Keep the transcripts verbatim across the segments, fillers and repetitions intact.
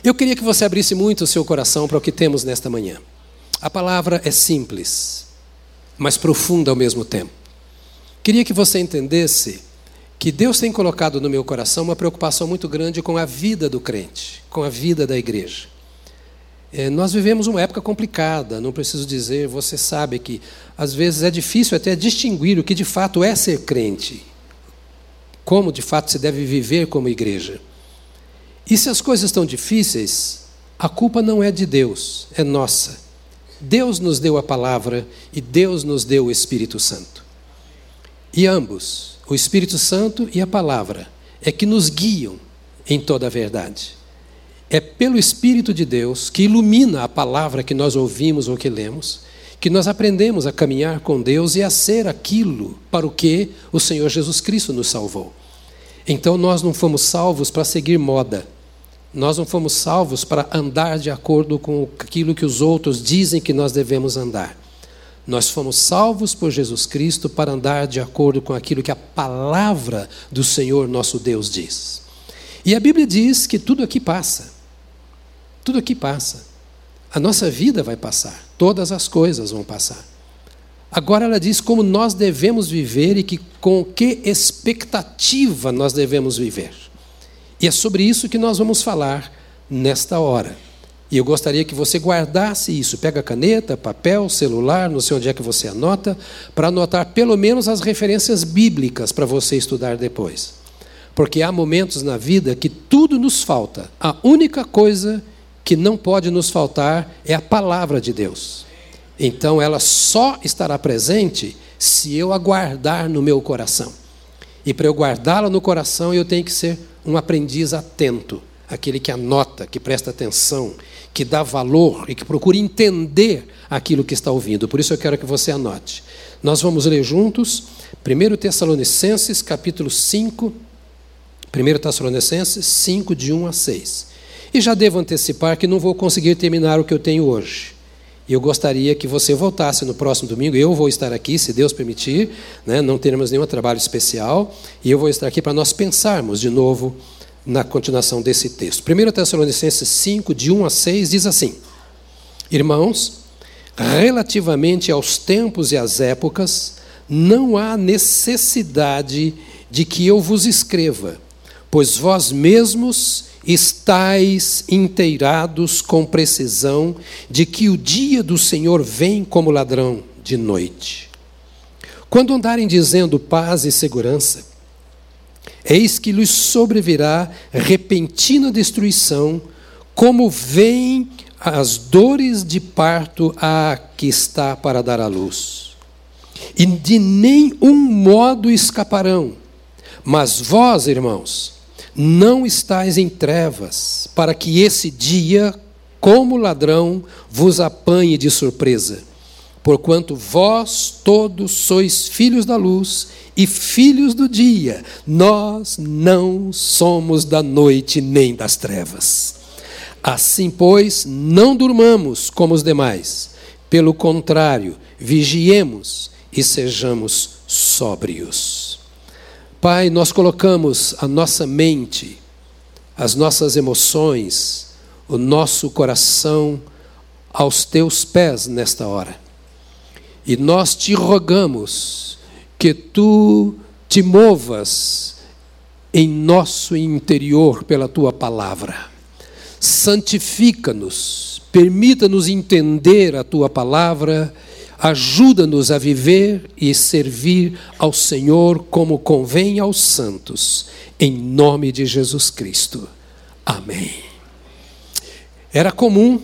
Eu queria que você abrisse muito o seu coração para o que temos nesta manhã. A palavra é simples, mas profunda ao mesmo tempo. Queria que você entendesse que Deus tem colocado no meu coração uma preocupação muito grande com a vida do crente, com a vida da igreja. É, nós vivemos uma época complicada, não preciso dizer, você sabe que às vezes é difícil até distinguir o que de fato é ser crente, como de fato se deve viver como igreja. E se as coisas estão difíceis, a culpa não é de Deus, é nossa. Deus nos deu a palavra e Deus nos deu o Espírito Santo. E ambos, o Espírito Santo e a palavra, é que nos guiam em toda a verdade. É pelo Espírito de Deus, que ilumina a palavra que nós ouvimos ou que lemos, que nós aprendemos a caminhar com Deus e a ser aquilo para o que o Senhor Jesus Cristo nos salvou. Então nós não fomos salvos para seguir moda. Nós não fomos salvos para andar de acordo com aquilo que os outros dizem que nós devemos andar. Nós fomos salvos por Jesus Cristo para andar de acordo com aquilo que a palavra do Senhor nosso Deus diz. E a Bíblia diz que tudo aqui passa. Tudo aqui passa. A nossa vida vai passar. Todas as coisas vão passar. Agora ela diz como nós devemos viver e que, com que expectativa nós devemos viver. E é sobre isso que nós vamos falar nesta hora. E eu gostaria que você guardasse isso. Pega caneta, papel, celular, não sei onde é que você anota, para anotar pelo menos as referências bíblicas para você estudar depois. Porque há momentos na vida que tudo nos falta. A única coisa que não pode nos faltar é a palavra de Deus. Então ela só estará presente se eu a guardar no meu coração. E para eu guardá-la no coração, eu tenho que ser um aprendiz atento, aquele que anota, que presta atenção, que dá valor e que procura entender aquilo que está ouvindo. Por isso eu quero que você anote. Nós vamos ler juntos primeiro Tessalonicenses, capítulo cinco, primeiro Tessalonicenses cinco, de um a seis. E já devo antecipar que não vou conseguir terminar o que eu tenho hoje. E eu gostaria que você voltasse no próximo domingo. Eu vou estar aqui, se Deus permitir, né? Não teremos nenhum trabalho especial. E eu vou estar aqui para nós pensarmos de novo na continuação desse texto. primeiro Tessalonicenses cinco, de um a seis, diz assim: Irmãos, relativamente aos tempos e às épocas, não há necessidade de que eu vos escreva, pois vós mesmos estais inteirados com precisão de que o dia do Senhor vem como ladrão de noite. Quando andarem dizendo paz e segurança, eis que lhes sobrevirá repentina destruição, como vêm as dores de parto a que está para dar à luz. E de nenhum modo escaparão. Mas vós, irmãos, não estais em trevas, para que esse dia, como ladrão, vos apanhe de surpresa. Porquanto vós todos sois filhos da luz e filhos do dia, nós não somos da noite nem das trevas. Assim, pois, não durmamos como os demais. Pelo contrário, vigiemos e sejamos sóbrios. Pai, nós colocamos a nossa mente, as nossas emoções, o nosso coração aos teus pés nesta hora. E nós te rogamos que tu te movas em nosso interior pela tua palavra. Santifica-nos, permita-nos entender a tua palavra, ajuda-nos a viver e servir ao Senhor como convém aos santos, em nome de Jesus Cristo. Amém. Era comum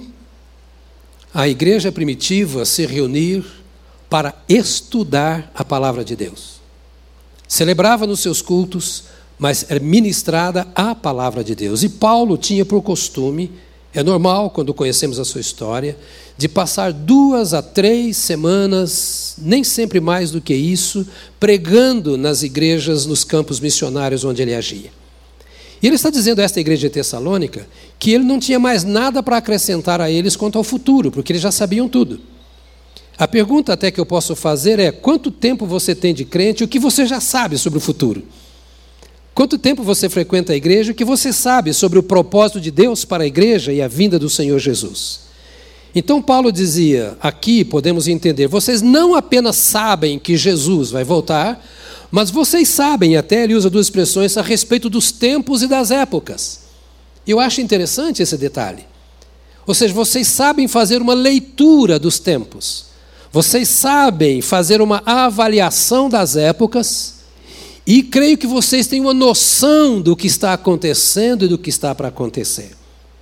a igreja primitiva se reunir para estudar a palavra de Deus. Celebrava nos seus cultos, mas era ministrada a palavra de Deus. E Paulo tinha por costume, é normal quando conhecemos a sua história, de passar duas a três semanas, nem sempre mais do que isso, pregando nas igrejas, nos campos missionários onde ele agia. E ele está dizendo a esta igreja de Tessalônica que ele não tinha mais nada para acrescentar a eles quanto ao futuro, porque eles já sabiam tudo. A pergunta até que eu posso fazer é: quanto tempo você tem de crente e o que você já sabe sobre o futuro? Quanto tempo você frequenta a igreja? O que você sabe sobre o propósito de Deus para a igreja e a vinda do Senhor Jesus? Então Paulo dizia, aqui podemos entender, vocês não apenas sabem que Jesus vai voltar, mas vocês sabem, até ele usa duas expressões, a respeito dos tempos e das épocas. Eu acho interessante esse detalhe. Ou seja, vocês sabem fazer uma leitura dos tempos. Vocês sabem fazer uma avaliação das épocas e creio que vocês têm uma noção do que está acontecendo e do que está para acontecer.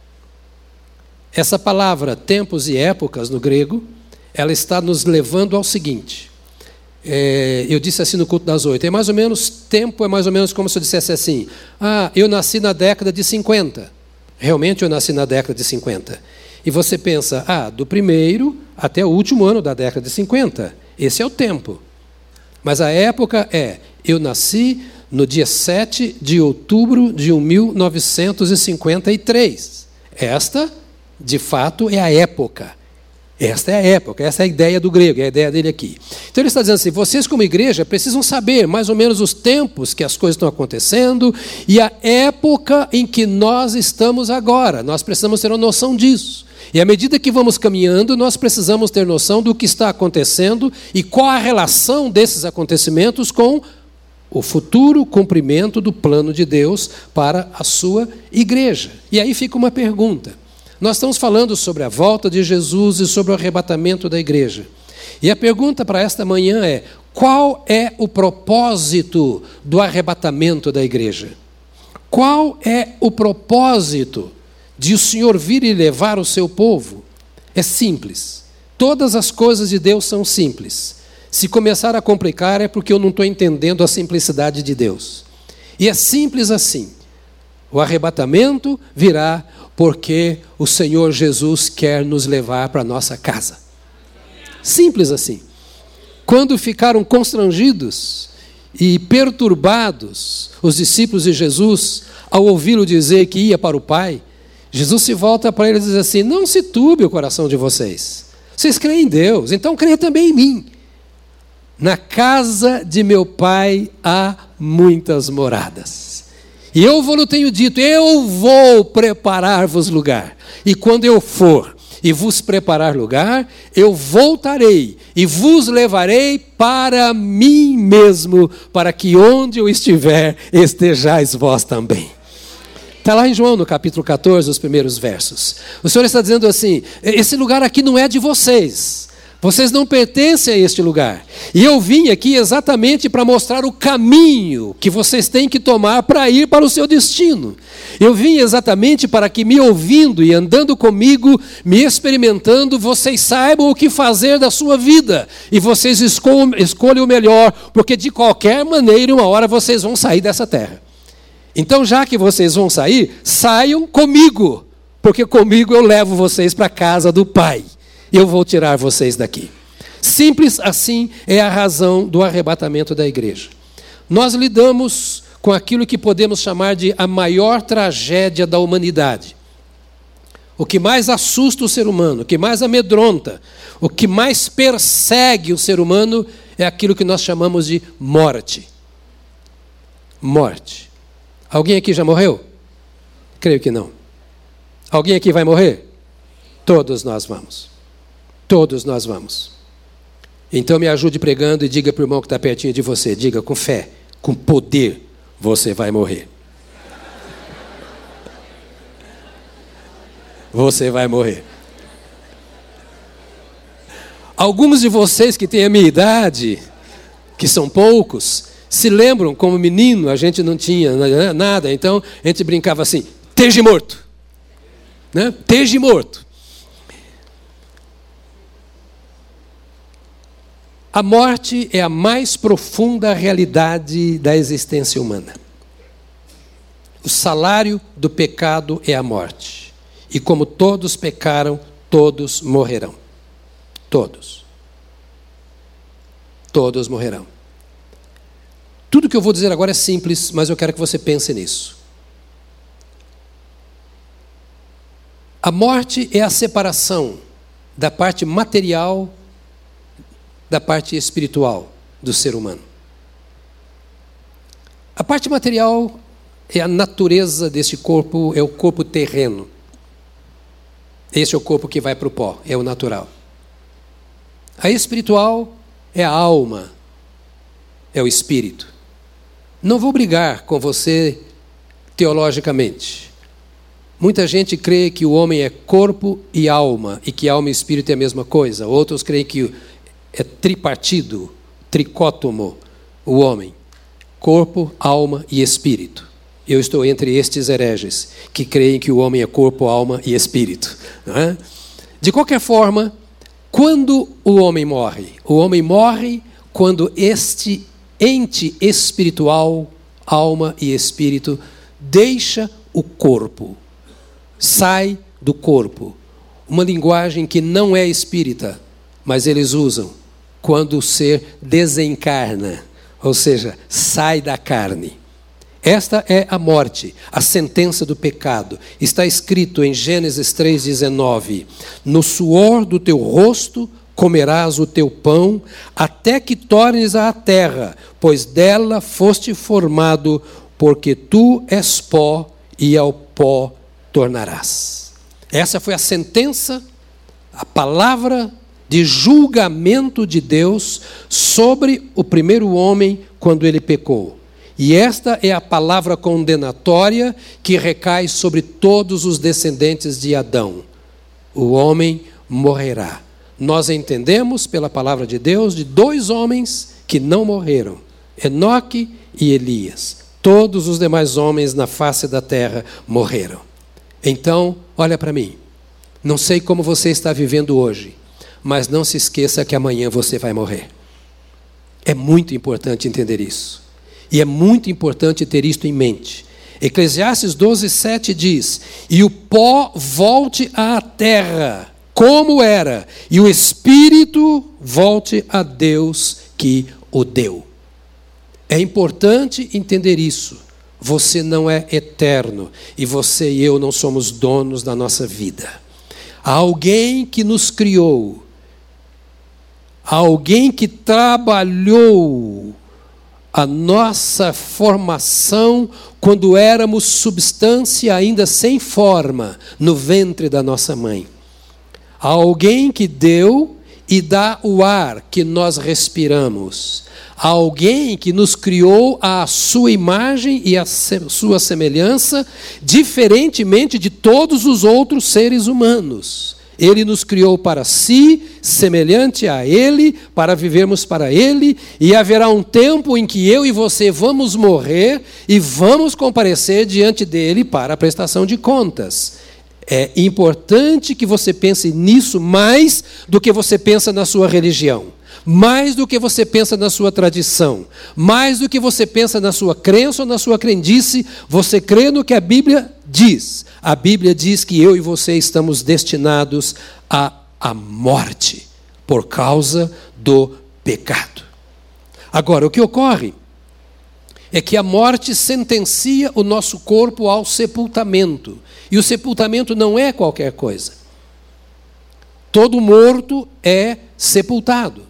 Essa palavra, tempos e épocas, no grego, ela está nos levando ao seguinte. É, eu disse assim no culto das oito, é mais ou menos, tempo é mais ou menos como se eu dissesse assim, ah, eu nasci na década de cinquenta. Realmente eu nasci na década de cinquenta. E você pensa, ah, do primeiro até o último ano da década de cinquenta. Esse é o tempo. Mas a época é, eu nasci no dia sete de outubro de mil novecentos e cinquenta e três. Esta, de fato, é a época. Esta é a época, essa é a ideia do grego, é a ideia dele aqui. Então ele está dizendo assim, vocês como igreja precisam saber mais ou menos os tempos que as coisas estão acontecendo e a época em que nós estamos agora. Nós precisamos ter uma noção disso. E à medida que vamos caminhando, nós precisamos ter noção do que está acontecendo e qual a relação desses acontecimentos com o futuro cumprimento do plano de Deus para a sua igreja. E aí fica uma pergunta. Nós estamos falando sobre a volta de Jesus e sobre o arrebatamento da igreja. E a pergunta para esta manhã é, qual é o propósito do arrebatamento da igreja? Qual é o propósito de o Senhor vir e levar o seu povo? É simples. Todas as coisas de Deus são simples. Se começar a complicar é porque eu não estou entendendo a simplicidade de Deus. E é simples assim. O arrebatamento virá porque o Senhor Jesus quer nos levar para a nossa casa. Simples assim. Quando ficaram constrangidos e perturbados os discípulos de Jesus ao ouvi-lo dizer que ia para o Pai, Jesus se volta para eles e diz assim, não se turbe o coração de vocês. Vocês creem em Deus, então creia também em mim. Na casa de meu Pai há muitas moradas. E eu vos tenho dito, eu vou preparar-vos lugar. E quando eu for e vos preparar lugar, eu voltarei e vos levarei para mim mesmo, para que onde eu estiver, estejais vós também. Está lá em João, no capítulo catorze, os primeiros versos. O Senhor está dizendo assim, esse lugar aqui não é de vocês. Vocês não pertencem a este lugar. E eu vim aqui exatamente para mostrar o caminho que vocês têm que tomar para ir para o seu destino. Eu vim exatamente para que, me ouvindo e andando comigo, me experimentando, vocês saibam o que fazer da sua vida. E vocês escolham, escolham o melhor, porque de qualquer maneira, uma hora vocês vão sair dessa terra. Então, já que vocês vão sair, saiam comigo, porque comigo eu levo vocês para a casa do Pai. Eu vou tirar vocês daqui. Simples assim é a razão do arrebatamento da igreja. Nós lidamos com aquilo que podemos chamar de a maior tragédia da humanidade. O que mais assusta o ser humano, o que mais amedronta, o que mais persegue o ser humano é aquilo que nós chamamos de morte. Morte. Alguém aqui já morreu? Creio que não. Alguém aqui vai morrer? Todos nós vamos. Todos nós vamos. Então me ajude pregando e diga para o irmão que está pertinho de você, diga com fé, com poder, você vai morrer. Você vai morrer. Alguns de vocês que têm a minha idade, que são poucos, se lembram, como menino, a gente não tinha nada, então a gente brincava assim, esteja morto. Né? Esteja morto. A morte é a mais profunda realidade da existência humana. O salário do pecado é a morte. E como todos pecaram, todos morrerão. Todos. Todos morrerão. Tudo que eu vou dizer agora é simples, mas eu quero que você pense nisso. A morte é a separação da parte material da parte espiritual do ser humano. A parte material é a natureza deste corpo, é o corpo terreno. Esse é o corpo que vai para o pó, é o natural. A espiritual é a alma, é o espírito. Não vou brigar com você teologicamente. Muita gente crê que o homem é corpo e alma, e que alma e espírito é a mesma coisa. Outros creem que é tripartido, tricótomo, o homem. Corpo, alma e espírito. Eu estou entre estes hereges, que creem que o homem é corpo, alma e espírito. Não é? De qualquer forma, quando o homem morre? O homem morre quando este ente espiritual, alma e espírito, deixa o corpo, sai do corpo. Uma linguagem que não é espírita, mas eles usam quando o ser desencarna, ou seja, sai da carne. Esta é a morte, a sentença do pecado. Está escrito em Gênesis três, dezenove: no suor do teu rosto comerás o teu pão, até que tornes à terra, pois dela foste formado, porque tu és pó, e ao pó tornarás. Essa foi a sentença, a palavra de julgamento de Deus sobre o primeiro homem quando ele pecou. E esta é a palavra condenatória que recai sobre todos os descendentes de Adão. O homem morrerá. Nós entendemos pela palavra de Deus de dois homens que não morreram, Enoque e Elias. Todos os demais homens na face da terra morreram. Então, olha para mim. Não sei como você está vivendo hoje, mas não se esqueça que amanhã você vai morrer. É muito importante entender isso. E é muito importante ter isto em mente. Eclesiastes doze, sete diz: e o pó volte à terra, como era, e o espírito volte a Deus que o deu. É importante entender isso. Você não é eterno, e você e eu não somos donos da nossa vida. Há alguém que nos criou, há alguém que trabalhou a nossa formação quando éramos substância ainda sem forma no ventre da nossa mãe. Há alguém que deu e dá o ar que nós respiramos. Há alguém que nos criou à sua imagem e à sua semelhança, diferentemente de todos os outros seres humanos. Ele nos criou para si, semelhante a Ele, para vivermos para Ele, e haverá um tempo em que eu e você vamos morrer e vamos comparecer diante dEle para a prestação de contas. É importante que você pense nisso mais do que você pensa na sua religião, mais do que você pensa na sua tradição, mais do que você pensa na sua crença ou na sua crendice. Você crê no que a Bíblia diz. A Bíblia diz que eu e você estamos destinados à, à morte por causa do pecado. Agora, o que ocorre é que a morte sentencia o nosso corpo ao sepultamento. E o sepultamento não é qualquer coisa. Todo morto é sepultado.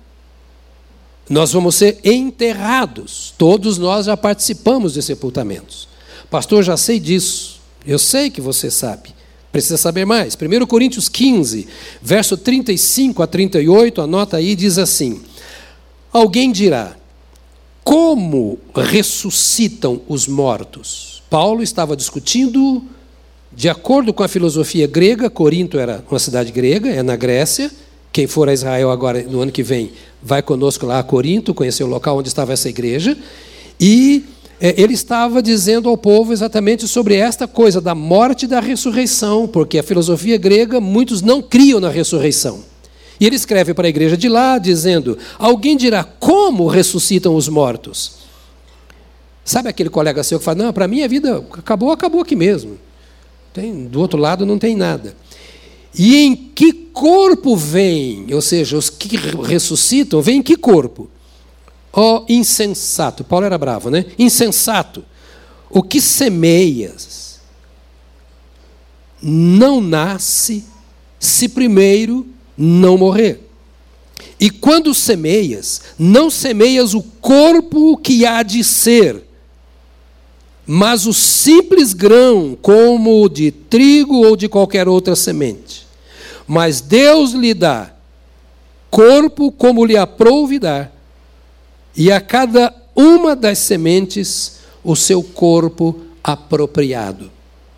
Nós vamos ser enterrados. Todos nós já participamos de sepultamentos. Pastor, já sei disso. Eu sei que você sabe. Precisa saber mais. primeira Coríntios quinze, verso trinta e cinco a trinta e oito, anota aí, diz assim: alguém dirá, como ressuscitam os mortos? Paulo estava discutindo, de acordo com a filosofia grega. Corinto era uma cidade grega, é na Grécia. Quem for a Israel agora, no ano que vem, vai conosco lá a Corinto, conhecer o local onde estava essa igreja. E é, ele estava dizendo ao povo exatamente sobre esta coisa da morte e da ressurreição, porque a filosofia grega, muitos não criam na ressurreição. E ele escreve para a igreja de lá, dizendo, alguém dirá, como ressuscitam os mortos? Sabe aquele colega seu que fala, não, para mim a vida acabou, acabou aqui mesmo. Tem, do outro lado não tem nada. E em que corpo vem? Ou seja, os que ressuscitam, vêm em que corpo? Ó oh, insensato. Paulo era bravo, né? Insensato. O que semeias não nasce se primeiro não morrer. E quando semeias, não semeias o corpo que há de ser, Mas o simples grão, como de trigo ou de qualquer outra semente. Mas Deus lhe dá corpo como lhe aprouve dar, e a cada uma das sementes o seu corpo apropriado.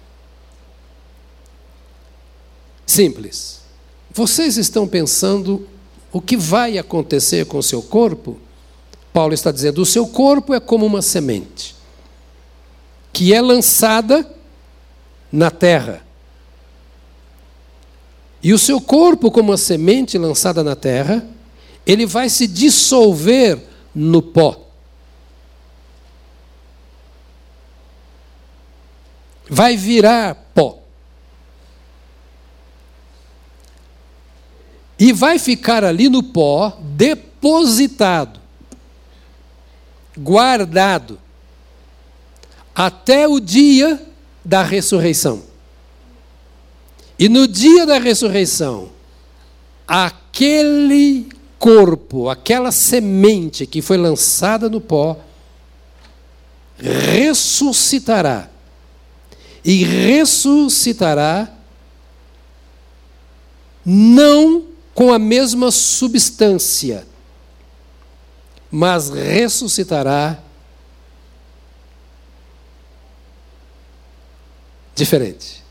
Simples. Vocês estão pensando o que vai acontecer com o seu corpo? Paulo está dizendo, o seu corpo é como uma semente, que é lançada na terra. E o seu corpo, como uma semente lançada na terra, ele vai se dissolver no pó. Vai virar pó. E vai ficar ali no pó, depositado, guardado, até o dia da ressurreição. E no dia da ressurreição, aquele corpo, aquela semente que foi lançada no pó, ressuscitará. E ressuscitará não com a mesma substância, mas ressuscitará diferente.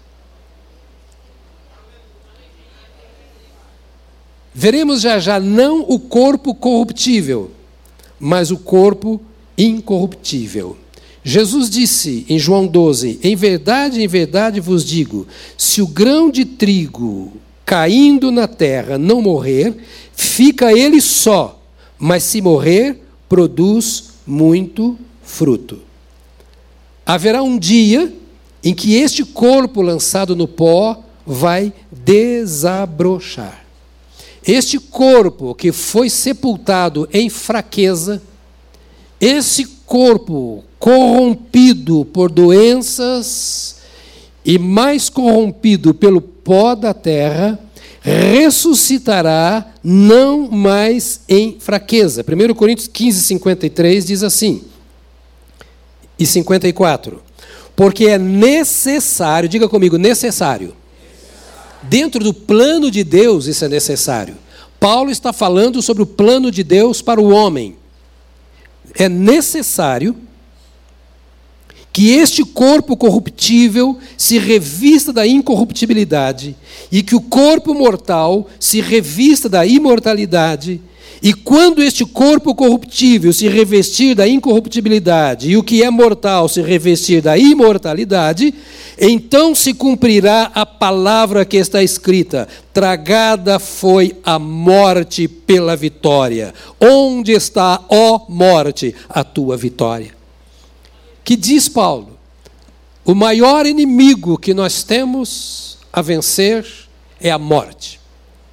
Veremos já já não o corpo corruptível, mas o corpo incorruptível. Jesus disse em João doze, em verdade, em verdade vos digo, se o grão de trigo caindo na terra não morrer, fica ele só, mas se morrer, produz muito fruto. Haverá um dia em que este corpo lançado no pó vai desabrochar. Este corpo que foi sepultado em fraqueza, esse corpo corrompido por doenças e mais corrompido pelo pó da terra, ressuscitará não mais em fraqueza. primeira Coríntios quinze, cinquenta e três diz assim, e cinquenta e quatro, porque é necessário, diga comigo, necessário. Dentro do plano de Deus isso é necessário. Paulo está falando sobre o plano de Deus para o homem. É necessário que este corpo corruptível se revista da incorruptibilidade e que o corpo mortal se revista da imortalidade. E quando este corpo corruptível se revestir da incorruptibilidade e o que é mortal se revestir da imortalidade, então se cumprirá a palavra que está escrita: tragada foi a morte pela vitória. Onde está, ó morte, a tua vitória? Que diz Paulo, o maior inimigo que nós temos a vencer é a morte.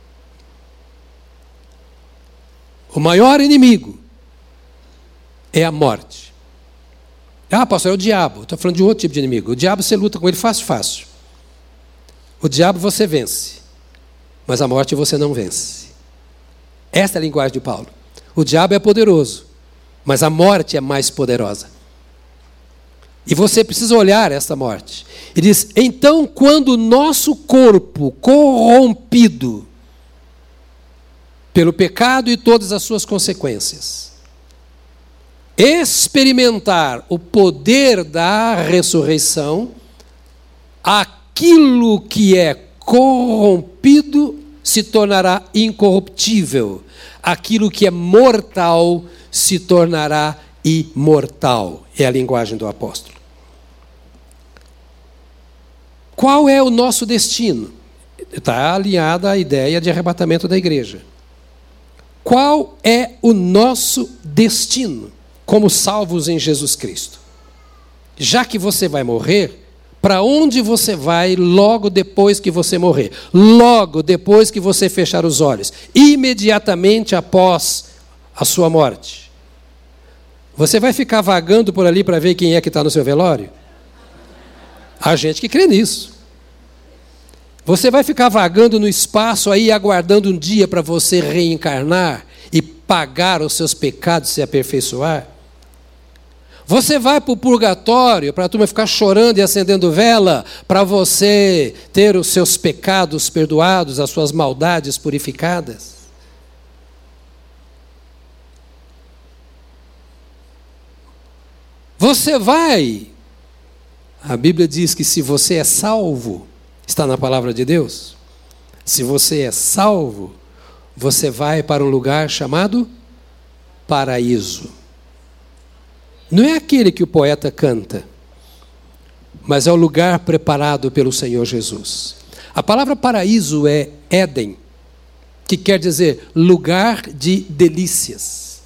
O maior inimigo é a morte. Ah, pastor, é o diabo. Estou falando de outro tipo de inimigo. O diabo você luta com ele fácil, fácil. O diabo você vence, mas a morte você não vence. Esta é a linguagem de Paulo. O diabo é poderoso, mas a morte é mais poderosa. E você precisa olhar essa morte. Ele diz, então, quando o nosso corpo corrompido pelo pecado e todas as suas consequências, experimentar o poder da ressurreição, aquilo que é corrompido se tornará incorruptível, aquilo que é mortal se tornará imortal. É a linguagem do apóstolo. Qual é o nosso destino? Está alinhada à ideia de arrebatamento da igreja. Qual é o nosso destino como salvos em Jesus Cristo? Já que você vai morrer, para onde você vai logo depois que você morrer? Logo depois que você fechar os olhos, imediatamente após a sua morte. Você vai ficar vagando por ali para ver quem é que está no seu velório? Há gente que crê nisso. Você vai ficar vagando no espaço aí, aguardando um dia para você reencarnar e pagar os seus pecados e se aperfeiçoar? Você vai para o purgatório para a turma ficar chorando e acendendo vela, para você ter os seus pecados perdoados, as suas maldades purificadas? Você vai, a Bíblia diz que se você é salvo, está na palavra de Deus, se você é salvo, você vai para um lugar chamado paraíso. Não é aquele que o poeta canta, mas é o lugar preparado pelo Senhor Jesus. A palavra paraíso é Éden, que quer dizer lugar de delícias.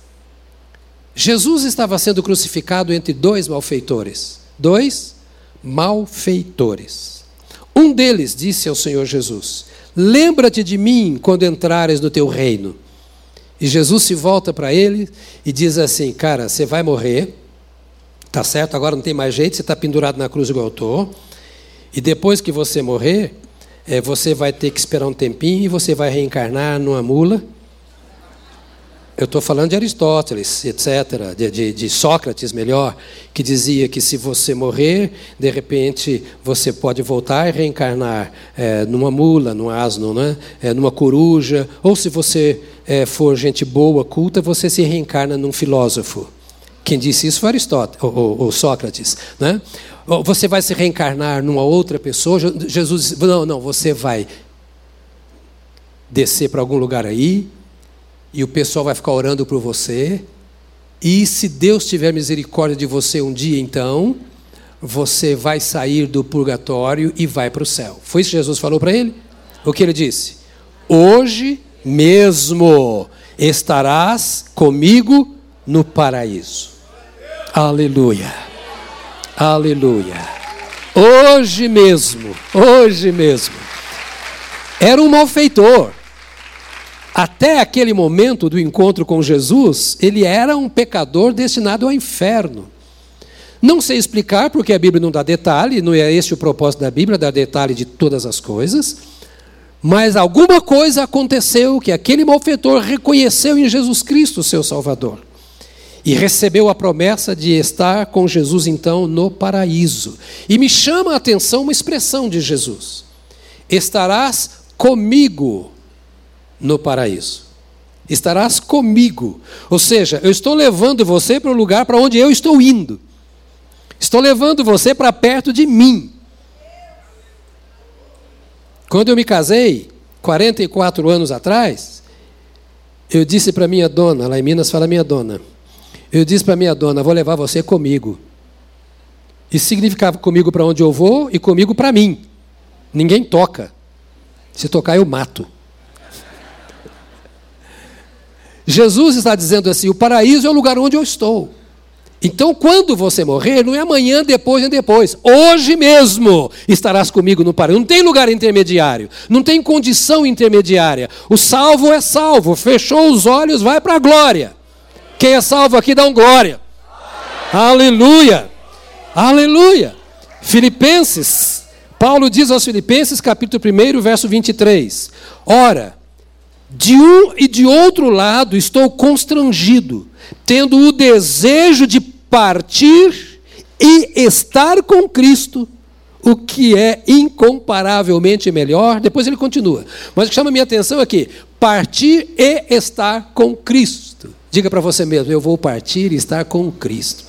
Jesus estava sendo crucificado entre dois malfeitores. Dois malfeitores. Um deles disse ao Senhor Jesus: lembra-te de mim quando entrares no teu reino. E Jesus se volta para ele e diz assim: cara, você vai morrer, tá certo? Agora não tem mais jeito, você está pendurado na cruz igual eu estou. E depois que você morrer, é, você vai ter que esperar um tempinho e você vai reencarnar numa mula. Eu estou falando de Aristóteles, etcétera, de, de, de Sócrates, melhor, que dizia que se você morrer, de repente você pode voltar e reencarnar é, numa mula, num asno, né? é, numa coruja, ou se você é, for gente boa, culta, você se reencarna num filósofo. Quem disse isso foi Aristóteles, ou, ou, ou Sócrates. Né? Ou você vai se reencarnar numa outra pessoa. Jesus disse: não, não, você vai descer para algum lugar aí, e o pessoal vai ficar orando por você, e se Deus tiver misericórdia de você um dia, então, você vai sair do purgatório e vai para o céu. Foi isso que Jesus falou para ele? O que ele disse? Hoje mesmo estarás comigo no paraíso. Aleluia. Aleluia. Hoje mesmo, hoje mesmo. Era um malfeitor. Até aquele momento do encontro com Jesus, ele era um pecador destinado ao inferno. Não sei explicar, porque a Bíblia não dá detalhe, não é esse o propósito da Bíblia, dar detalhe de todas as coisas, mas alguma coisa aconteceu que aquele malfeitor reconheceu em Jesus Cristo, seu Salvador, e recebeu a promessa de estar com Jesus, então, no paraíso. E me chama a atenção uma expressão de Jesus: estarás comigo no paraíso. Estarás comigo. Ou seja, eu estou levando você para o lugar para onde eu estou indo. Estou levando você para perto de mim. Quando eu me casei, quarenta e quatro anos atrás, eu disse para minha dona, lá em Minas fala minha dona, eu disse para minha dona: vou levar você comigo. Isso significava comigo para onde eu vou e comigo para mim. Ninguém toca. Se tocar, eu mato. Jesus está dizendo assim: o paraíso é o lugar onde eu estou. Então, quando você morrer, não é amanhã, depois nem depois. Hoje mesmo estarás comigo no paraíso. Não tem lugar intermediário. Não tem condição intermediária. O salvo é salvo. Fechou os olhos, vai para a glória. Quem é salvo aqui, dá um glória. Aleluia. Aleluia. Filipenses. Paulo diz aos Filipenses, capítulo um, verso vinte e três. Ora, de um e de outro lado estou constrangido, tendo o desejo de partir e estar com Cristo, o que é incomparavelmente melhor. Depois ele continua. Mas o que chama a minha atenção aqui: partir e estar com Cristo. Diga para você mesmo: eu vou partir e estar com Cristo.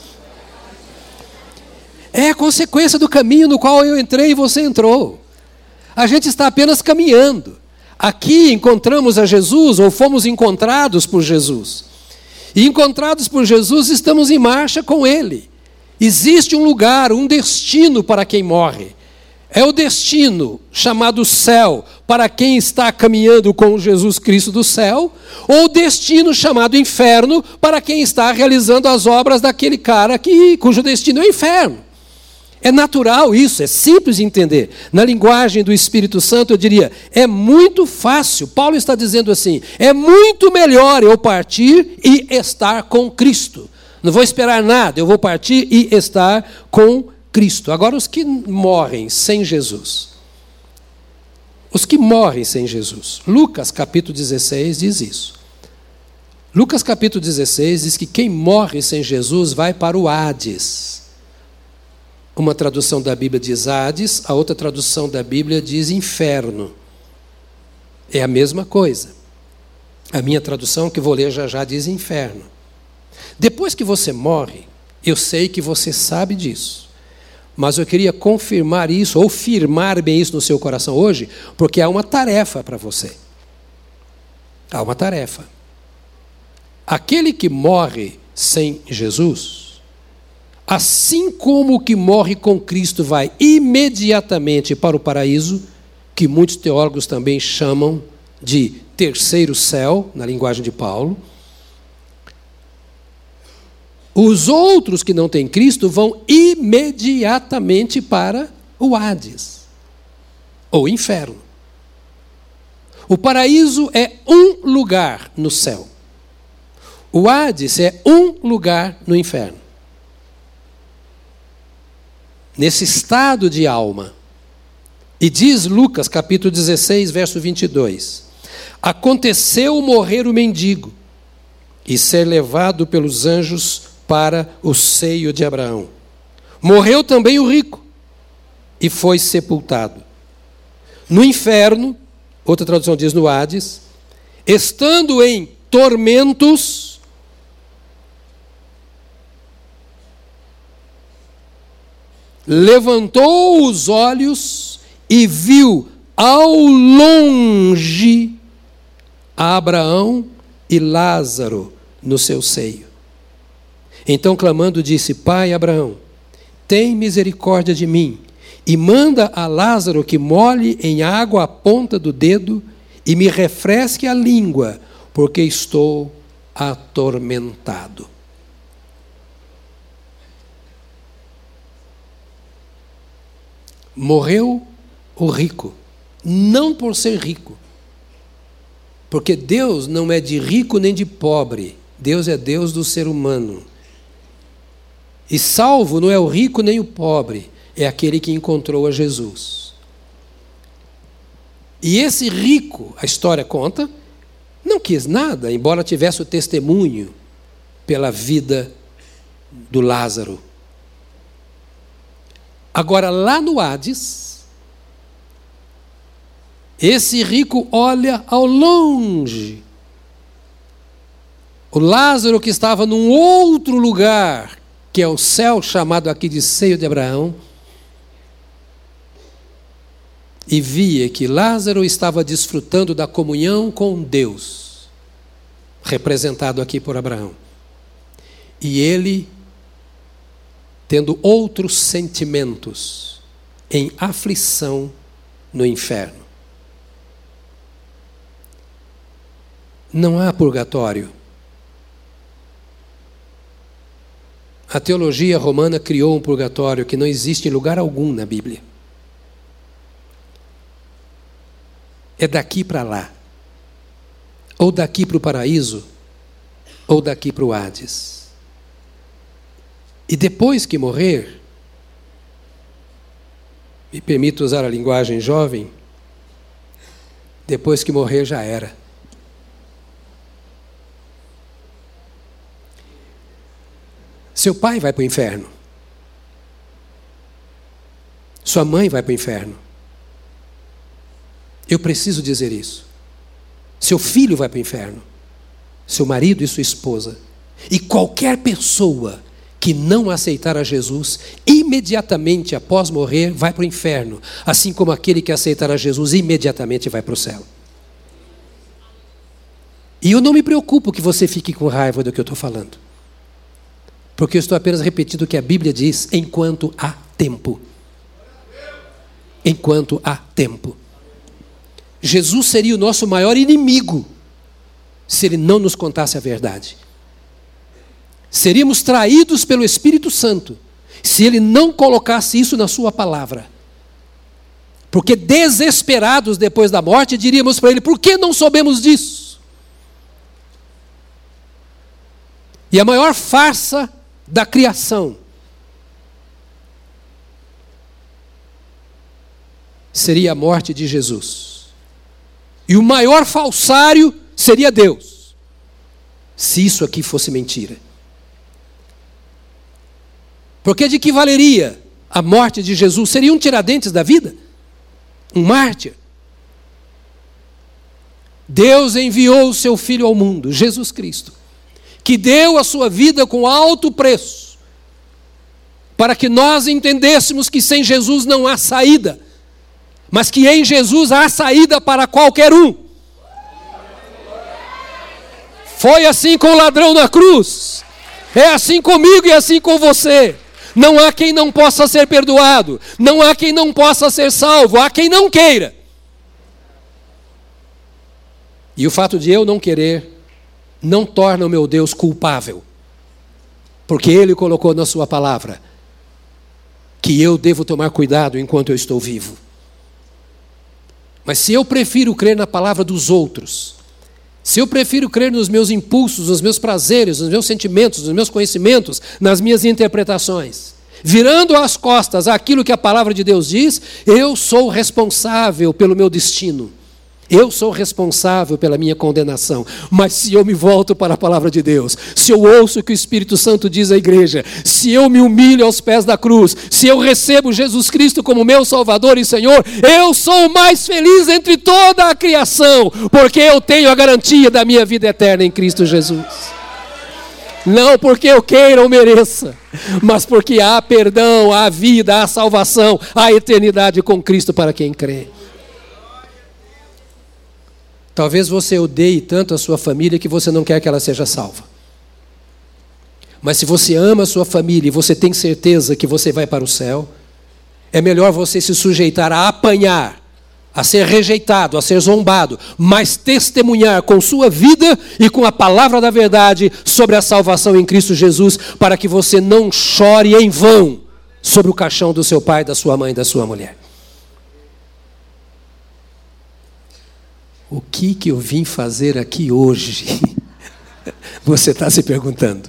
É a consequência do caminho no qual eu entrei e você entrou. A gente está apenas caminhando. Aqui encontramos a Jesus, ou fomos encontrados por Jesus. E encontrados por Jesus, estamos em marcha com Ele. Existe um lugar, um destino para quem morre. É o destino chamado céu, para quem está caminhando com Jesus Cristo do céu, ou o destino chamado inferno, para quem está realizando as obras daquele cara que, cujo destino é o inferno. É natural isso, é simples de entender. Na linguagem do Espírito Santo, eu diria, é muito fácil. Paulo está dizendo assim: é muito melhor eu partir e estar com Cristo. Não vou esperar nada, eu vou partir e estar com Cristo. Agora, os que morrem sem Jesus. Os que morrem sem Jesus. Lucas, capítulo dezesseis, diz isso. Lucas capítulo dezesseis diz que quem morre sem Jesus vai para o Hades. Uma tradução da Bíblia diz Hades, a outra tradução da Bíblia diz inferno. É a mesma coisa. A minha tradução, que vou ler já já, diz inferno. Depois que você morre, eu sei que você sabe disso, mas eu queria confirmar isso, ou firmar bem isso no seu coração hoje, porque há uma tarefa para você. Há uma tarefa. Aquele que morre sem Jesus, assim como o que morre com Cristo vai imediatamente para o paraíso, que muitos teólogos também chamam de terceiro céu, na linguagem de Paulo, os outros que não têm Cristo vão imediatamente para o Hades, ou inferno. O paraíso é um lugar no céu. O Hades é um lugar no inferno. Nesse estado de alma. E diz Lucas, capítulo dezesseis, verso vinte e dois. Aconteceu morrer o mendigo e ser levado pelos anjos para o seio de Abraão. Morreu também o rico e foi sepultado. No inferno, outra tradução diz no Hades, estando em tormentos, levantou os olhos e viu ao longe Abraão e Lázaro no seu seio. Então, clamando, disse: Pai Abraão, tem misericórdia de mim e manda a Lázaro que molhe em água a ponta do dedo e me refresque a língua, porque estou atormentado. Morreu o rico, não por ser rico, porque Deus não é de rico nem de pobre, Deus é Deus do ser humano. E salvo não é o rico nem o pobre, é aquele que encontrou a Jesus. E esse rico, a história conta, não quis nada, embora tivesse o testemunho pela vida do Lázaro. Agora, lá no Hades, esse rico olha ao longe. O Lázaro, que estava num outro lugar, que é o céu, chamado aqui de seio de Abraão, e via que Lázaro estava desfrutando da comunhão com Deus, representado aqui por Abraão. E ele, tendo outros sentimentos, em aflição no inferno. Não há purgatório. A teologia romana criou um purgatório que não existe em lugar algum na Bíblia. É daqui para lá. Ou daqui para o paraíso, ou daqui para o Hades. E depois que morrer, me permito usar a linguagem jovem, depois que morrer já era. Seu pai vai para o inferno. Sua mãe vai para o inferno. Eu preciso dizer isso. Seu filho vai para o inferno. Seu marido e sua esposa. E qualquer pessoa que não aceitar a Jesus, imediatamente após morrer, vai para o inferno. Assim como aquele que aceitar a Jesus, imediatamente vai para o céu. E eu não me preocupo que você fique com raiva do que eu estou falando. Porque eu estou apenas repetindo o que a Bíblia diz, enquanto há tempo. Enquanto há tempo. Jesus seria o nosso maior inimigo, se ele não nos contasse a verdade. Seríamos traídos pelo Espírito Santo, se ele não colocasse isso na sua palavra. Porque desesperados depois da morte, diríamos para ele: por que não soubemos disso? E a maior farsa da criação seria a morte de Jesus. E o maior falsário seria Deus. se isso aqui fosse mentira. Porque de que valeria a morte de Jesus? Seria um Tiradentes da vida? Um mártir? Deus enviou o seu Filho ao mundo, Jesus Cristo, que deu a sua vida com alto preço, para que nós entendêssemos que sem Jesus não há saída, mas que em Jesus há saída para qualquer um. Foi assim com o ladrão na cruz, é assim comigo e assim com você. Não há quem não possa ser perdoado, não há quem não possa ser salvo, há quem não queira. E o fato de eu não querer não torna o meu Deus culpável, porque Ele colocou na sua palavra que eu devo tomar cuidado enquanto eu estou vivo. Mas se eu prefiro crer na palavra dos outros, se eu prefiro crer nos meus impulsos, nos meus prazeres, nos meus sentimentos, nos meus conhecimentos, nas minhas interpretações, virando as costas àquilo que a palavra de Deus diz, eu sou responsável pelo meu destino. Eu sou responsável pela minha condenação. Mas se eu me volto para a palavra de Deus, se eu ouço o que o Espírito Santo diz à igreja, se eu me humilho aos pés da cruz, se eu recebo Jesus Cristo como meu Salvador e Senhor, eu sou o mais feliz entre toda a criação, porque eu tenho a garantia da minha vida eterna em Cristo Jesus. Não porque eu queira ou mereça, mas porque há perdão, há vida, há salvação, há eternidade com Cristo para quem crê. Talvez você odeie tanto a sua família que você não quer que ela seja salva. Mas se você ama a sua família e você tem certeza que você vai para o céu, é melhor você se sujeitar a apanhar, a ser rejeitado, a ser zombado, mas testemunhar com sua vida e com a palavra da verdade sobre a salvação em Cristo Jesus, para que você não chore em vão sobre o caixão do seu pai, da sua mãe e da sua mulher. O que que eu vim fazer aqui hoje? Você está se perguntando.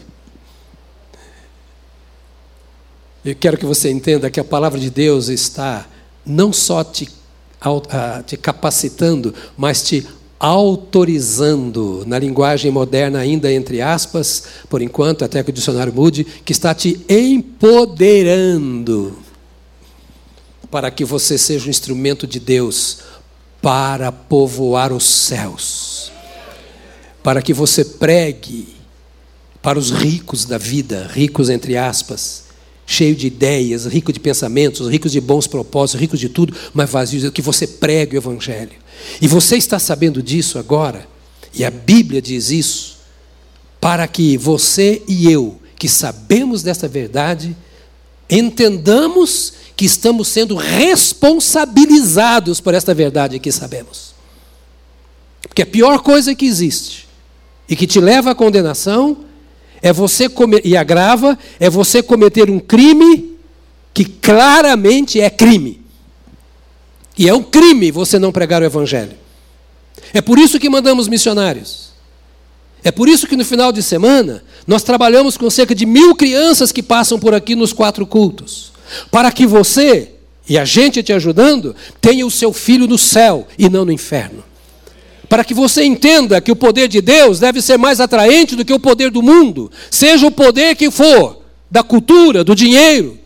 Eu quero que você entenda que a palavra de Deus está não só te, te capacitando, mas te autorizando, na linguagem moderna ainda entre aspas, por enquanto, até que o dicionário mude, que está te empoderando para que você seja um instrumento de Deus para povoar os céus, para que você pregue para os ricos da vida, ricos entre aspas, cheio de ideias, rico de pensamentos, ricos de bons propósitos, ricos de tudo, mas vazios, que você pregue o Evangelho. E você está sabendo disso agora, e a Bíblia diz isso, para que você e eu, que sabemos dessa verdade, entendamos que estamos sendo responsabilizados por esta verdade que sabemos. Porque a pior coisa que existe e que te leva à condenação é você comer, e agrava, é você cometer um crime que claramente é crime. E é um crime você não pregar o Evangelho. É por isso que mandamos missionários. É por isso que no final de semana nós trabalhamos com cerca de mil crianças que passam por aqui nos quatro cultos. Para que você, e a gente te ajudando, tenha o seu filho no céu e não no inferno. Para que você entenda que o poder de Deus deve ser mais atraente do que o poder do mundo, seja o poder que for, da cultura, do dinheiro.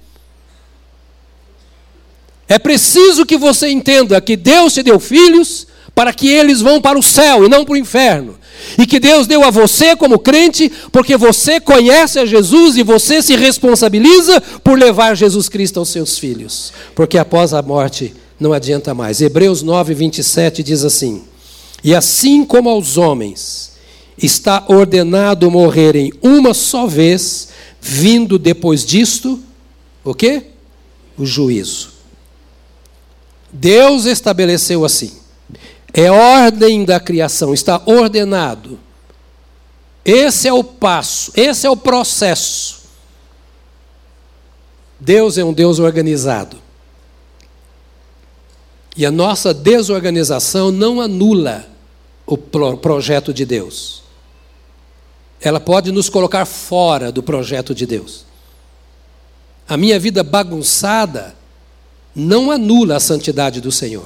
É preciso que você entenda que Deus te deu filhos para que eles vão para o céu e não para o inferno. E que Deus deu a você como crente, porque você conhece a Jesus e você se responsabiliza por levar Jesus Cristo aos seus filhos. Porque após a morte não adianta mais. Hebreus nove, vinte e sete diz assim: e assim como aos homens está ordenado morrerem uma só vez, vindo depois disto, o quê? O juízo. Deus estabeleceu assim. É ordem da criação, está ordenado. Esse é o passo, esse é o processo. Deus é um Deus organizado. E a nossa desorganização não anula o pro- projeto de Deus. Ela pode nos colocar fora do projeto de Deus. A minha vida bagunçada não anula a santidade do Senhor.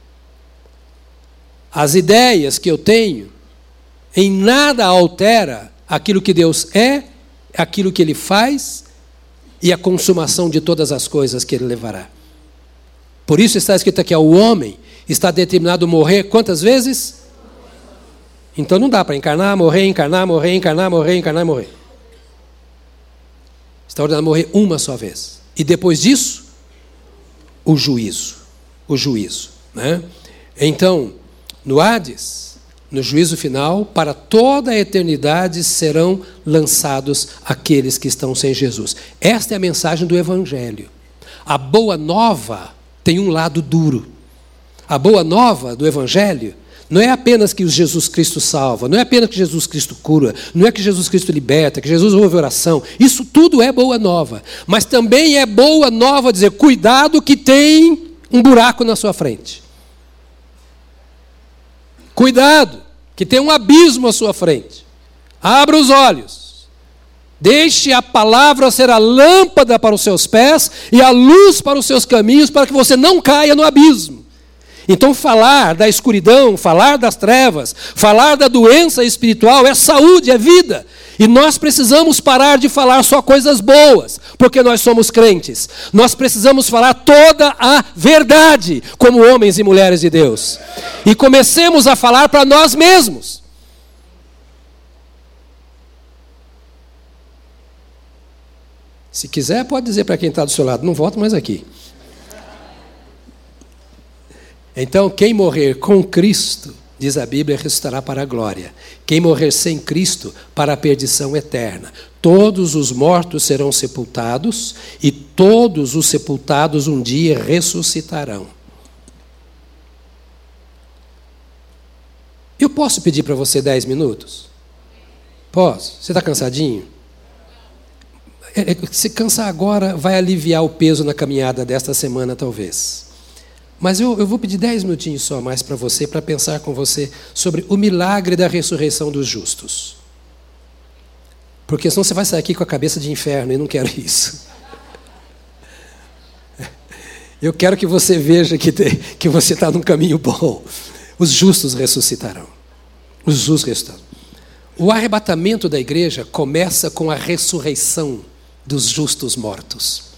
As ideias que eu tenho em nada altera aquilo que Deus é, aquilo que Ele faz e a consumação de todas as coisas que Ele levará. Por isso está escrito aqui, ó, o homem está determinado a morrer quantas vezes? Então não dá para encarnar, morrer, encarnar, morrer, encarnar, morrer, encarnar, morrer. Está ordenado a morrer uma só vez. E depois disso, o juízo. O juízo. Né? Então, no Hades, no juízo final, para toda a eternidade serão lançados aqueles que estão sem Jesus. Esta é a mensagem do Evangelho. A boa nova tem um lado duro. A boa nova do Evangelho não é apenas que Jesus Cristo salva, não é apenas que Jesus Cristo cura, não é que Jesus Cristo liberta, que Jesus ouve oração. Isso tudo é boa nova. Mas também é boa nova dizer, cuidado que tem um buraco na sua frente. Cuidado, que tem um abismo à sua frente. Abra os olhos. Deixe a palavra ser a lâmpada para os seus pés e a luz para os seus caminhos, para que você não caia no abismo. Então falar da escuridão, falar das trevas, falar da doença espiritual é saúde, é vida. E nós precisamos parar de falar só coisas boas, porque nós somos crentes. Nós precisamos falar toda a verdade, como homens e mulheres de Deus. E comecemos a falar para nós mesmos. Se quiser, pode dizer para quem está do seu lado, não volta mais aqui. Então, quem morrer com Cristo, diz a Bíblia, ressuscitará para a glória. Quem morrer sem Cristo, para a perdição eterna. Todos os mortos serão sepultados e todos os sepultados um dia ressuscitarão. Eu posso pedir para você dez minutos? Posso? Você está cansadinho? Se cansar agora, vai aliviar o peso na caminhada desta semana, talvez. Mas eu, eu vou pedir dez minutinhos só mais para você, para pensar com você sobre o milagre da ressurreição dos justos. Porque senão você vai sair aqui com a cabeça de inferno, e não quero isso. Eu quero que você veja que, te, que você está num caminho bom. Os justos ressuscitarão. Os justos ressuscitarão. O arrebatamento da igreja começa com a ressurreição dos justos mortos.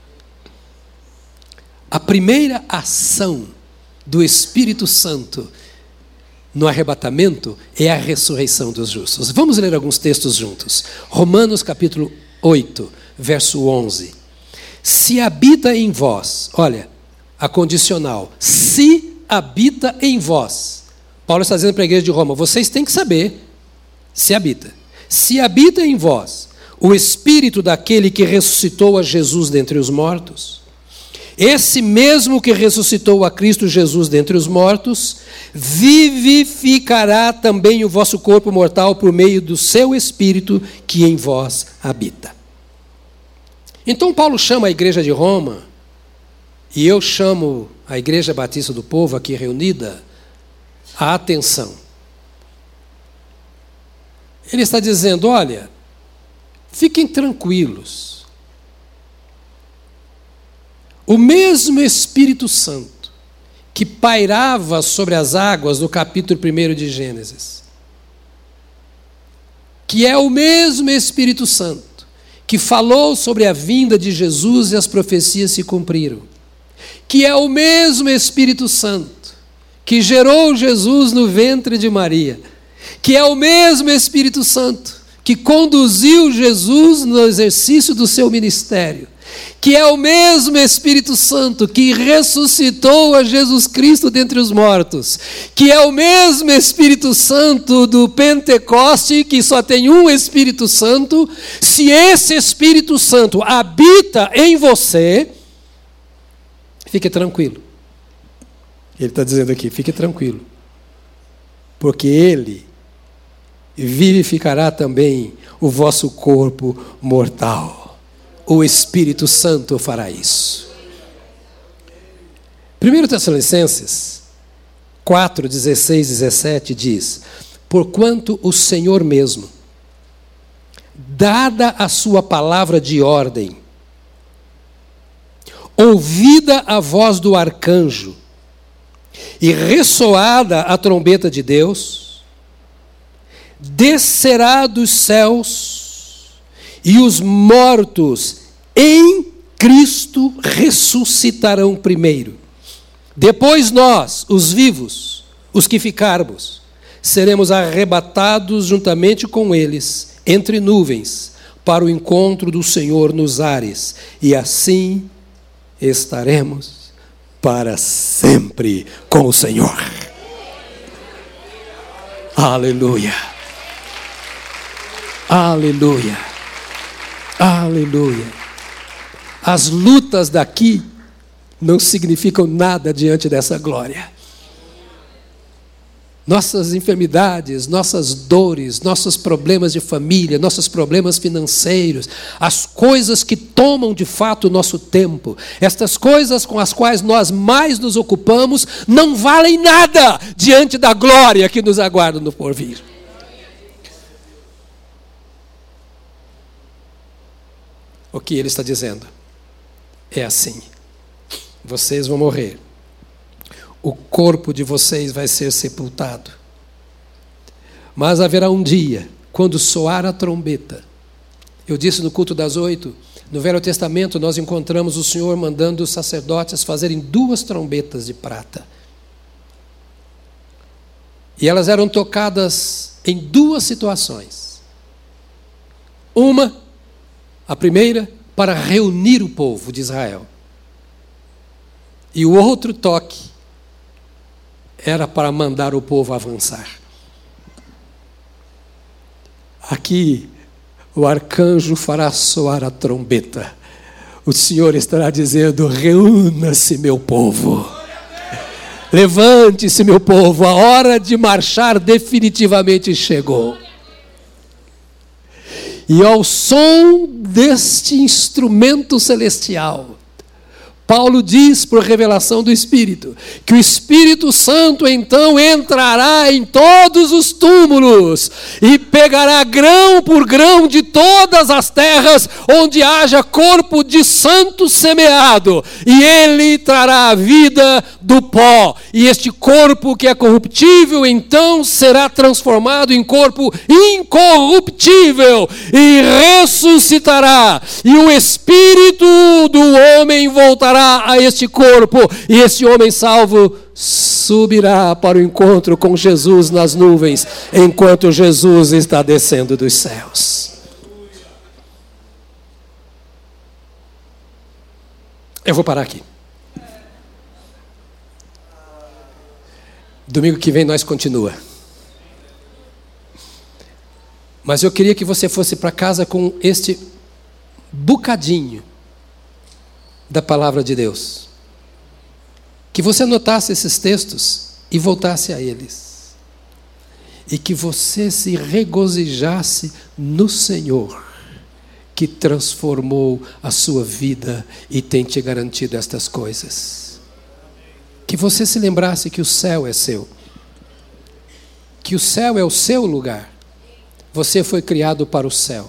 A primeira ação do Espírito Santo no arrebatamento é a ressurreição dos justos. Vamos ler alguns textos juntos. Romanos capítulo oito, verso onze. Se habita em vós, olha, a condicional, se habita em vós. Paulo está dizendo para a igreja de Roma, vocês têm que saber, se habita. Se habita em vós o Espírito daquele que ressuscitou a Jesus dentre os mortos, esse mesmo que ressuscitou a Cristo Jesus dentre os mortos, vivificará também o vosso corpo mortal por meio do seu Espírito que em vós habita. Então Paulo chama a igreja de Roma, e eu chamo a Igreja Batista do Povo aqui reunida, a atenção. Ele está dizendo, olha, fiquem tranquilos. O mesmo Espírito Santo que pairava sobre as águas no capítulo primeiro de Gênesis, que é o mesmo Espírito Santo que falou sobre a vinda de Jesus e as profecias se cumpriram, que é o mesmo Espírito Santo que gerou Jesus no ventre de Maria, que é o mesmo Espírito Santo que conduziu Jesus no exercício do seu ministério, que é o mesmo Espírito Santo que ressuscitou a Jesus Cristo dentre os mortos, que é o mesmo Espírito Santo do Pentecoste, que só tem um Espírito Santo. Se esse Espírito Santo habita em você, fique tranquilo. Ele está dizendo aqui, fique tranquilo, porque Ele vivificará também o vosso corpo mortal. O Espírito Santo fará isso. primeiro Tessalonicenses quatro, dezesseis e dezessete diz: porquanto o Senhor mesmo, dada a sua palavra de ordem, ouvida a voz do arcanjo e ressoada a trombeta de Deus, descerá dos céus, e os mortos em Cristo ressuscitarão primeiro. Depois nós, os vivos, os que ficarmos, seremos arrebatados juntamente com eles, entre nuvens, para o encontro do Senhor nos ares, e assim estaremos para sempre com o Senhor. Aleluia. Aleluia. Aleluia. As lutas daqui não significam nada diante dessa glória. Nossas enfermidades, nossas dores, nossos problemas de família, nossos problemas financeiros, as coisas que tomam de fato o nosso tempo, estas coisas com as quais nós mais nos ocupamos, não valem nada diante da glória que nos aguarda no porvir. O que ele está dizendo é assim: vocês vão morrer. O corpo de vocês vai ser sepultado. Mas haverá um dia, quando soar a trombeta. Eu disse no culto das oito, no Velho Testamento nós encontramos o Senhor mandando os sacerdotes fazerem duas trombetas de prata. E elas eram tocadas em duas situações. Uma, a primeira, para reunir o povo de Israel. E o outro toque era para mandar o povo avançar. Aqui, o arcanjo fará soar a trombeta. O Senhor estará dizendo: reúna-se, meu povo. Levante-se, meu povo. A hora de marchar definitivamente chegou. E ao som deste instrumento celestial, Paulo diz, por revelação do Espírito, que o Espírito Santo então entrará em todos os túmulos e pegará grão por grão de todas as terras onde haja corpo de santo semeado, e ele trará a vida do pó, e este corpo que é corruptível então será transformado em corpo incorruptível e ressuscitará, e o Espírito do homem voltará a este corpo, e este homem salvo subirá para o encontro com Jesus nas nuvens, enquanto Jesus está descendo dos céus. Eu vou parar aqui. Domingo que vem nós continua. Mas eu queria que você fosse para casa com este bocadinho da palavra de Deus. Que você anotasse esses textos e voltasse a eles. E que você se regozijasse no Senhor, que transformou a sua vida e tem te garantido estas coisas. Que você se lembrasse que o céu é seu. Que o céu é o seu lugar. Você foi criado para o céu.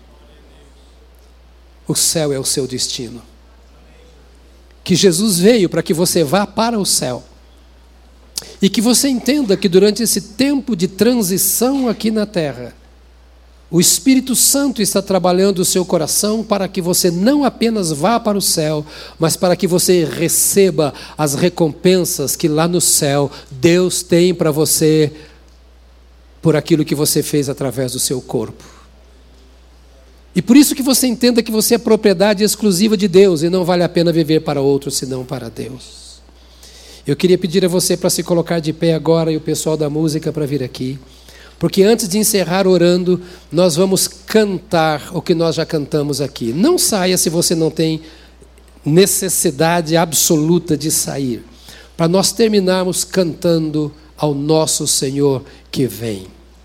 O céu é o seu destino. Que Jesus veio para que você vá para o céu. E que você entenda que durante esse tempo de transição aqui na terra, o Espírito Santo está trabalhando o seu coração para que você não apenas vá para o céu, mas para que você receba as recompensas que lá no céu Deus tem para você por aquilo que você fez através do seu corpo. E por isso que você entenda que você é propriedade exclusiva de Deus e não vale a pena viver para outro senão para Deus. Eu queria pedir a você para se colocar de pé agora e o pessoal da música para vir aqui, porque antes de encerrar orando, nós vamos cantar o que nós já cantamos aqui. Não saia se você não tem necessidade absoluta de sair, para nós terminarmos cantando ao nosso Senhor que vem.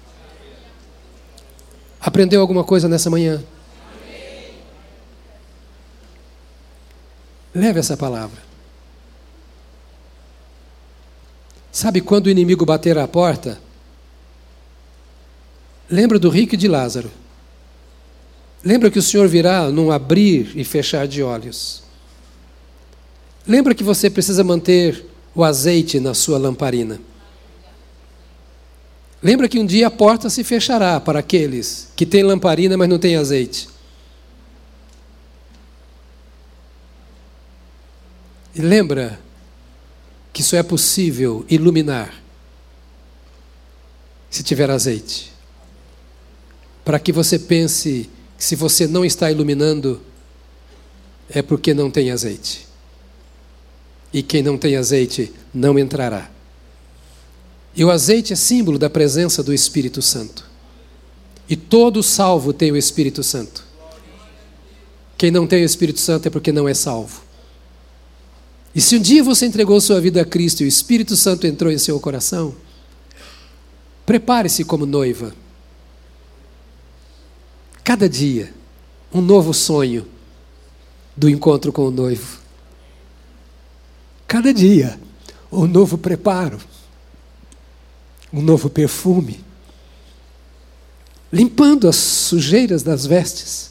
Aprendeu alguma coisa nessa manhã? Leve essa palavra. Sabe quando o inimigo bater à porta? Lembra do rico e de Lázaro. Lembra que o Senhor virá num abrir e fechar de olhos. Lembra que você precisa manter o azeite na sua lamparina. Lembra que um dia a porta se fechará para aqueles que têm lamparina, mas não têm azeite. E lembra que só é possível iluminar se tiver azeite. Para que você pense que se você não está iluminando, é porque não tem azeite. E quem não tem azeite não entrará. E o azeite é símbolo da presença do Espírito Santo. E todo salvo tem o Espírito Santo. Quem não tem o Espírito Santo é porque não é salvo. E se um dia você entregou sua vida a Cristo e o Espírito Santo entrou em seu coração, prepare-se como noiva. Cada dia, um novo sonho do encontro com o noivo. Cada dia, um novo preparo, um novo perfume, limpando as sujeiras das vestes.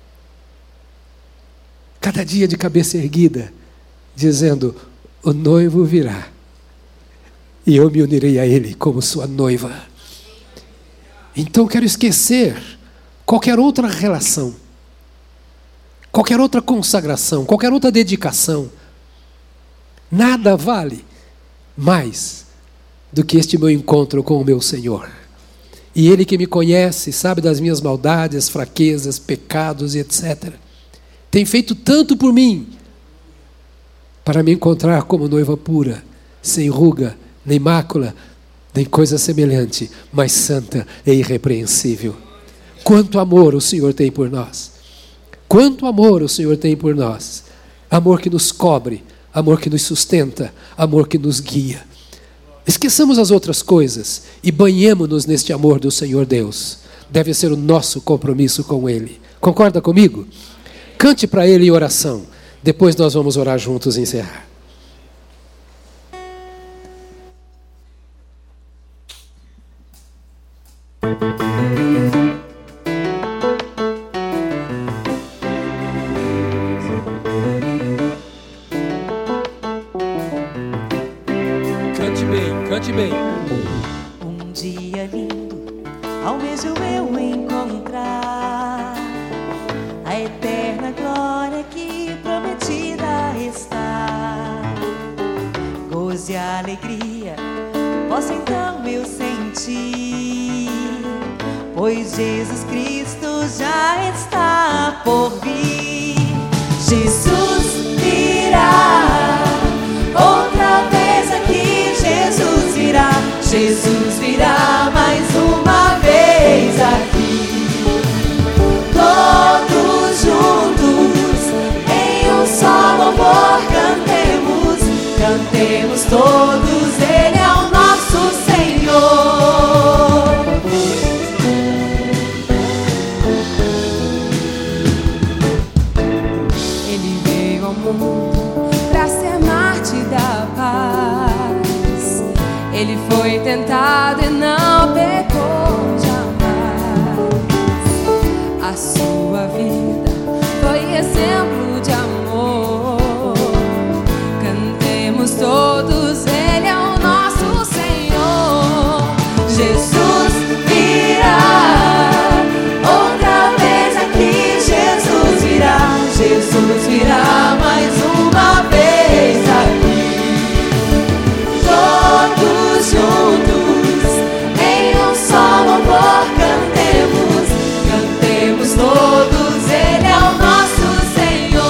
Cada dia de cabeça erguida, dizendo: o noivo virá e eu me unirei a ele como sua noiva. Então quero esquecer qualquer outra relação, qualquer outra consagração, qualquer outra dedicação. Nada vale mais do que este meu encontro com o meu Senhor. E Ele que me conhece, sabe das minhas maldades, fraquezas, pecados e etcétera. Tem feito tanto por mim, para me encontrar como noiva pura, sem ruga, nem mácula, nem coisa semelhante, mas santa e irrepreensível. Quanto amor o Senhor tem por nós. Quanto amor o Senhor tem por nós. Amor que nos cobre, amor que nos sustenta, amor que nos guia. Esqueçamos as outras coisas e banhemo-nos neste amor do Senhor Deus. Deve ser o nosso compromisso com Ele. Concorda comigo? Cante para Ele em oração. Depois nós vamos orar juntos e encerrar. Cante bem, cante bem. Um dia lindo, almejo eu encontrar a eterna glória que prometida está. Gozo e alegria posso então eu sentir, pois Jesus Cristo já está por vir. Jesus virá, outra vez aqui Jesus virá. Jesus virá mais uma vez aqui. Todos juntos em um só louvor cantemos, cantemos todos, Ele é o nosso Senhor. Ele veio ao mundo para ser mártir da paz. Ele foi tentado e não pecou jamais. A sua vida foi exemplo de amor. Cantemos todos, Ele é o nosso Senhor. Jesus virá, outra vez aqui Jesus virá. Jesus virá mais uma vez aqui. Todos juntos em um só louvor cantemos, cantemos todos, Ele é o nosso Senhor.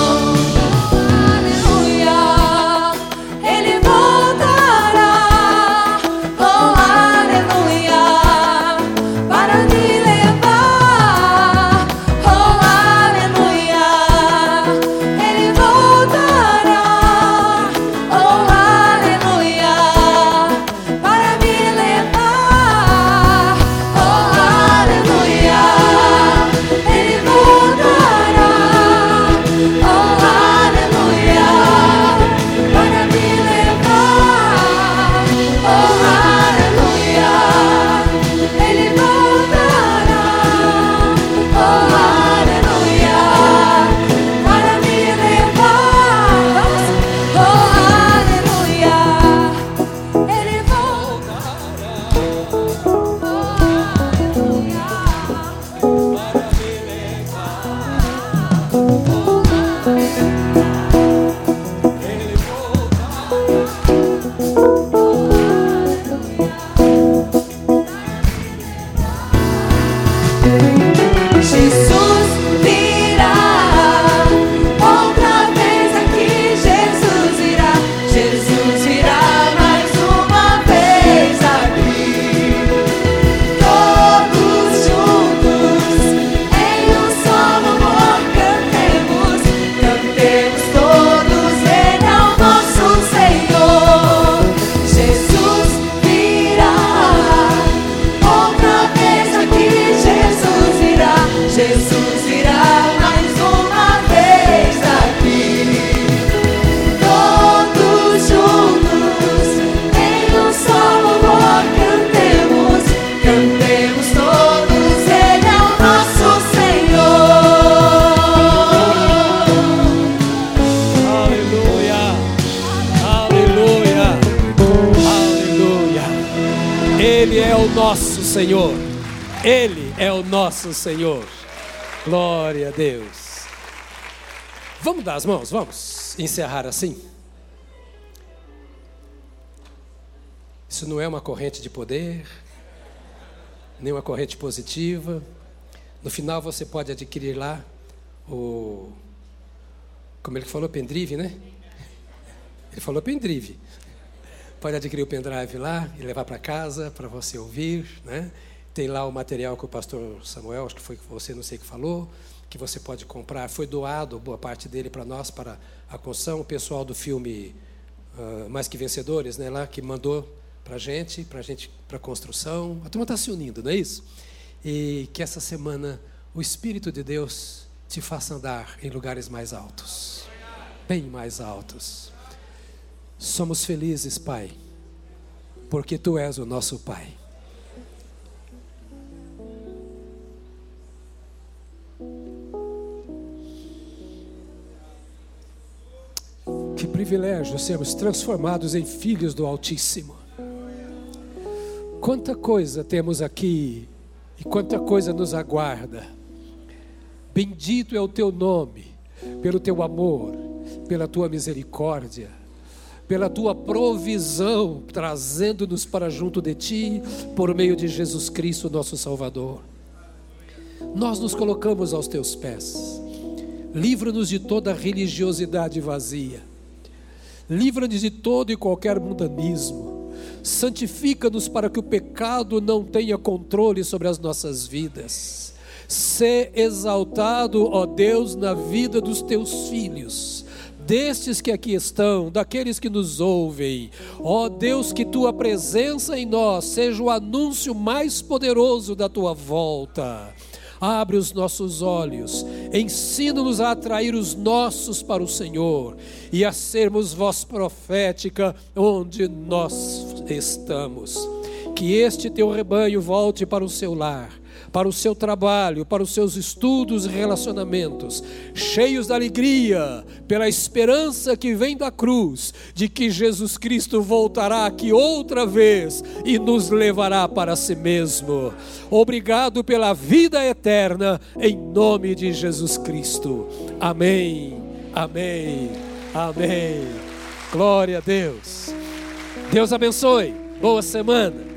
Cantemos todos, Ele é o nosso Senhor. Aleluia, aleluia, aleluia. Ele é o nosso Senhor. Ele é o nosso Senhor. Glória a Deus. Vamos dar as mãos, vamos encerrar assim. Isso não é uma corrente de poder, nem uma corrente positiva. No final você pode adquirir lá o, como ele falou, pendrive, né? Ele falou pendrive. Pode adquirir o pendrive lá e levar para casa para você ouvir, né? Tem lá o material que o pastor Samuel, acho que foi você, não sei o que falou, que você pode comprar. Foi doado boa parte dele para nós, para a construção. O pessoal do filme uh, Mais Que Vencedores, né, lá que mandou para a gente, para a gente, para a construção. A turma está se unindo, não é isso? E que essa semana o Espírito de Deus te faça andar em lugares mais altos, bem mais altos. Somos felizes, Pai, porque Tu és o nosso Pai. Que privilégio sermos transformados em filhos do Altíssimo. Quanta coisa temos aqui e quanta coisa nos aguarda. Bendito é o Teu nome, pelo Teu amor, pela Tua misericórdia, pela Tua provisão, trazendo-nos para junto de Ti, por meio de Jesus Cristo, nosso Salvador. Nós nos colocamos aos Teus pés. Livra-nos de toda religiosidade vazia. Livra-nos de todo e qualquer mundanismo. Santifica-nos para que o pecado não tenha controle sobre as nossas vidas. Sê exaltado, ó Deus, na vida dos Teus filhos, destes que aqui estão, daqueles que nos ouvem. Ó Deus, que Tua presença em nós seja o anúncio mais poderoso da Tua volta. Abre os nossos olhos, ensina-nos a atrair os nossos para o Senhor e a sermos voz profética onde nós estamos. Que este Teu rebanho volte para o seu lar, para o seu trabalho, para os seus estudos e relacionamentos, cheios de alegria, pela esperança que vem da cruz, de que Jesus Cristo voltará aqui outra vez e nos levará para si mesmo. Obrigado pela vida eterna, em nome de Jesus Cristo. Amém, amém, amém. Glória a Deus. Deus abençoe. Boa semana.